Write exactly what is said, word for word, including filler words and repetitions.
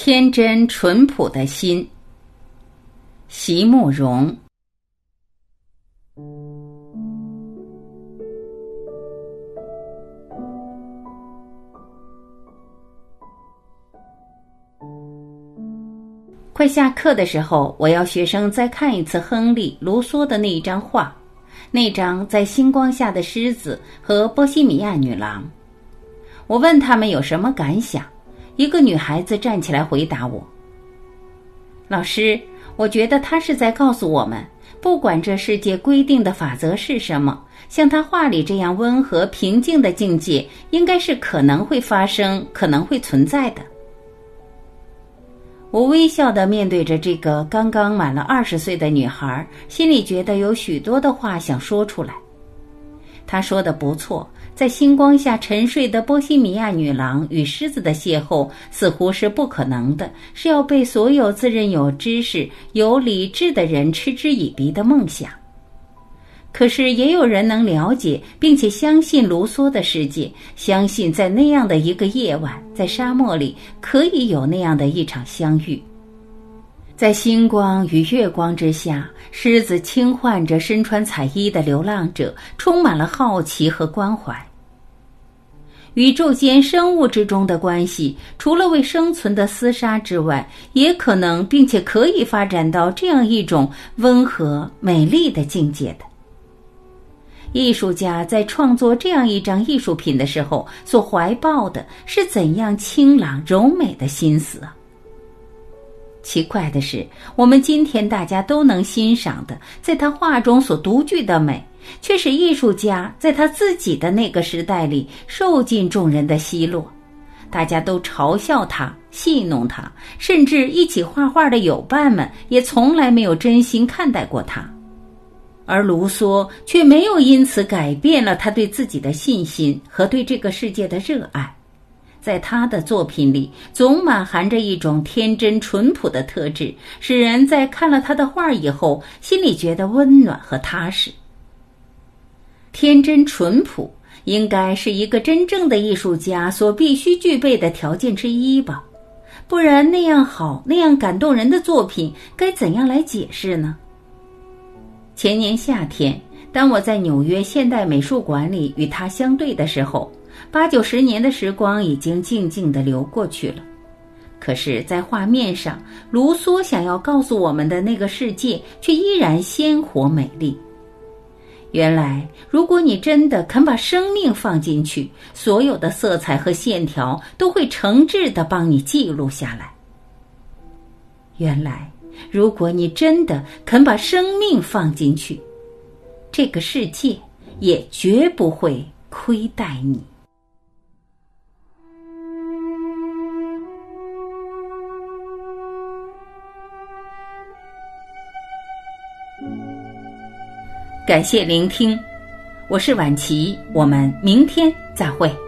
天真淳朴的心，席慕容。快下课的时候，我要学生再看一次亨利·卢梭的那一张画，那张在星光下的狮子和波西米亚女郎。我问他们有什么感想，一个女孩子站起来回答我：老师，我觉得他是在告诉我们，不管这世界规定的法则是什么，像他画里这样温和平静的境界，应该是可能会发生，可能会存在的。我微笑地面对着这个刚刚满了二十岁的女孩，心里觉得有许多的话想说出来。她说得不错，在星光下沉睡的波西米亚女郎与狮子的邂逅似乎是不可能的，是要被所有自认有知识、有理智的人嗤之以鼻的梦想。可是也有人能了解并且相信卢梭的世界，相信在那样的一个夜晚，在沙漠里可以有那样的一场相遇。在星光与月光之下，狮子轻唤着身穿彩衣的流浪者，充满了好奇和关怀。宇宙间生物之中的关系，除了为生存的厮杀之外，也可能并且可以发展到这样一种温和美丽的境界的。艺术家在创作这样一张艺术品的时候，所怀抱的是怎样清朗柔美的心思啊！奇怪的是，我们今天大家都能欣赏的，在他画中所独具的美，却是艺术家在他自己的那个时代里受尽众人的奚落。大家都嘲笑他，戏弄他，甚至一起画画的友伴们也从来没有真心看待过他。而卢梭却没有因此改变了他对自己的信心和对这个世界的热爱。在他的作品里，总满含着一种天真淳朴的特质，使人在看了他的画以后，心里觉得温暖和踏实。天真淳朴应该是一个真正的艺术家所必须具备的条件之一吧，不然那样好、那样感动人的作品该怎样来解释呢？前年夏天，当我在纽约现代美术馆里与他相对的时候，八九十年的时光已经静静地流过去了。可是在画面上，卢梭想要告诉我们的那个世界却依然鲜活美丽。原来，如果你真的肯把生命放进去，所有的色彩和线条都会诚挚地帮你记录下来。原来，如果你真的肯把生命放进去，这个世界也绝不会亏待你。感谢聆听，我是婉琪，我们明天再会。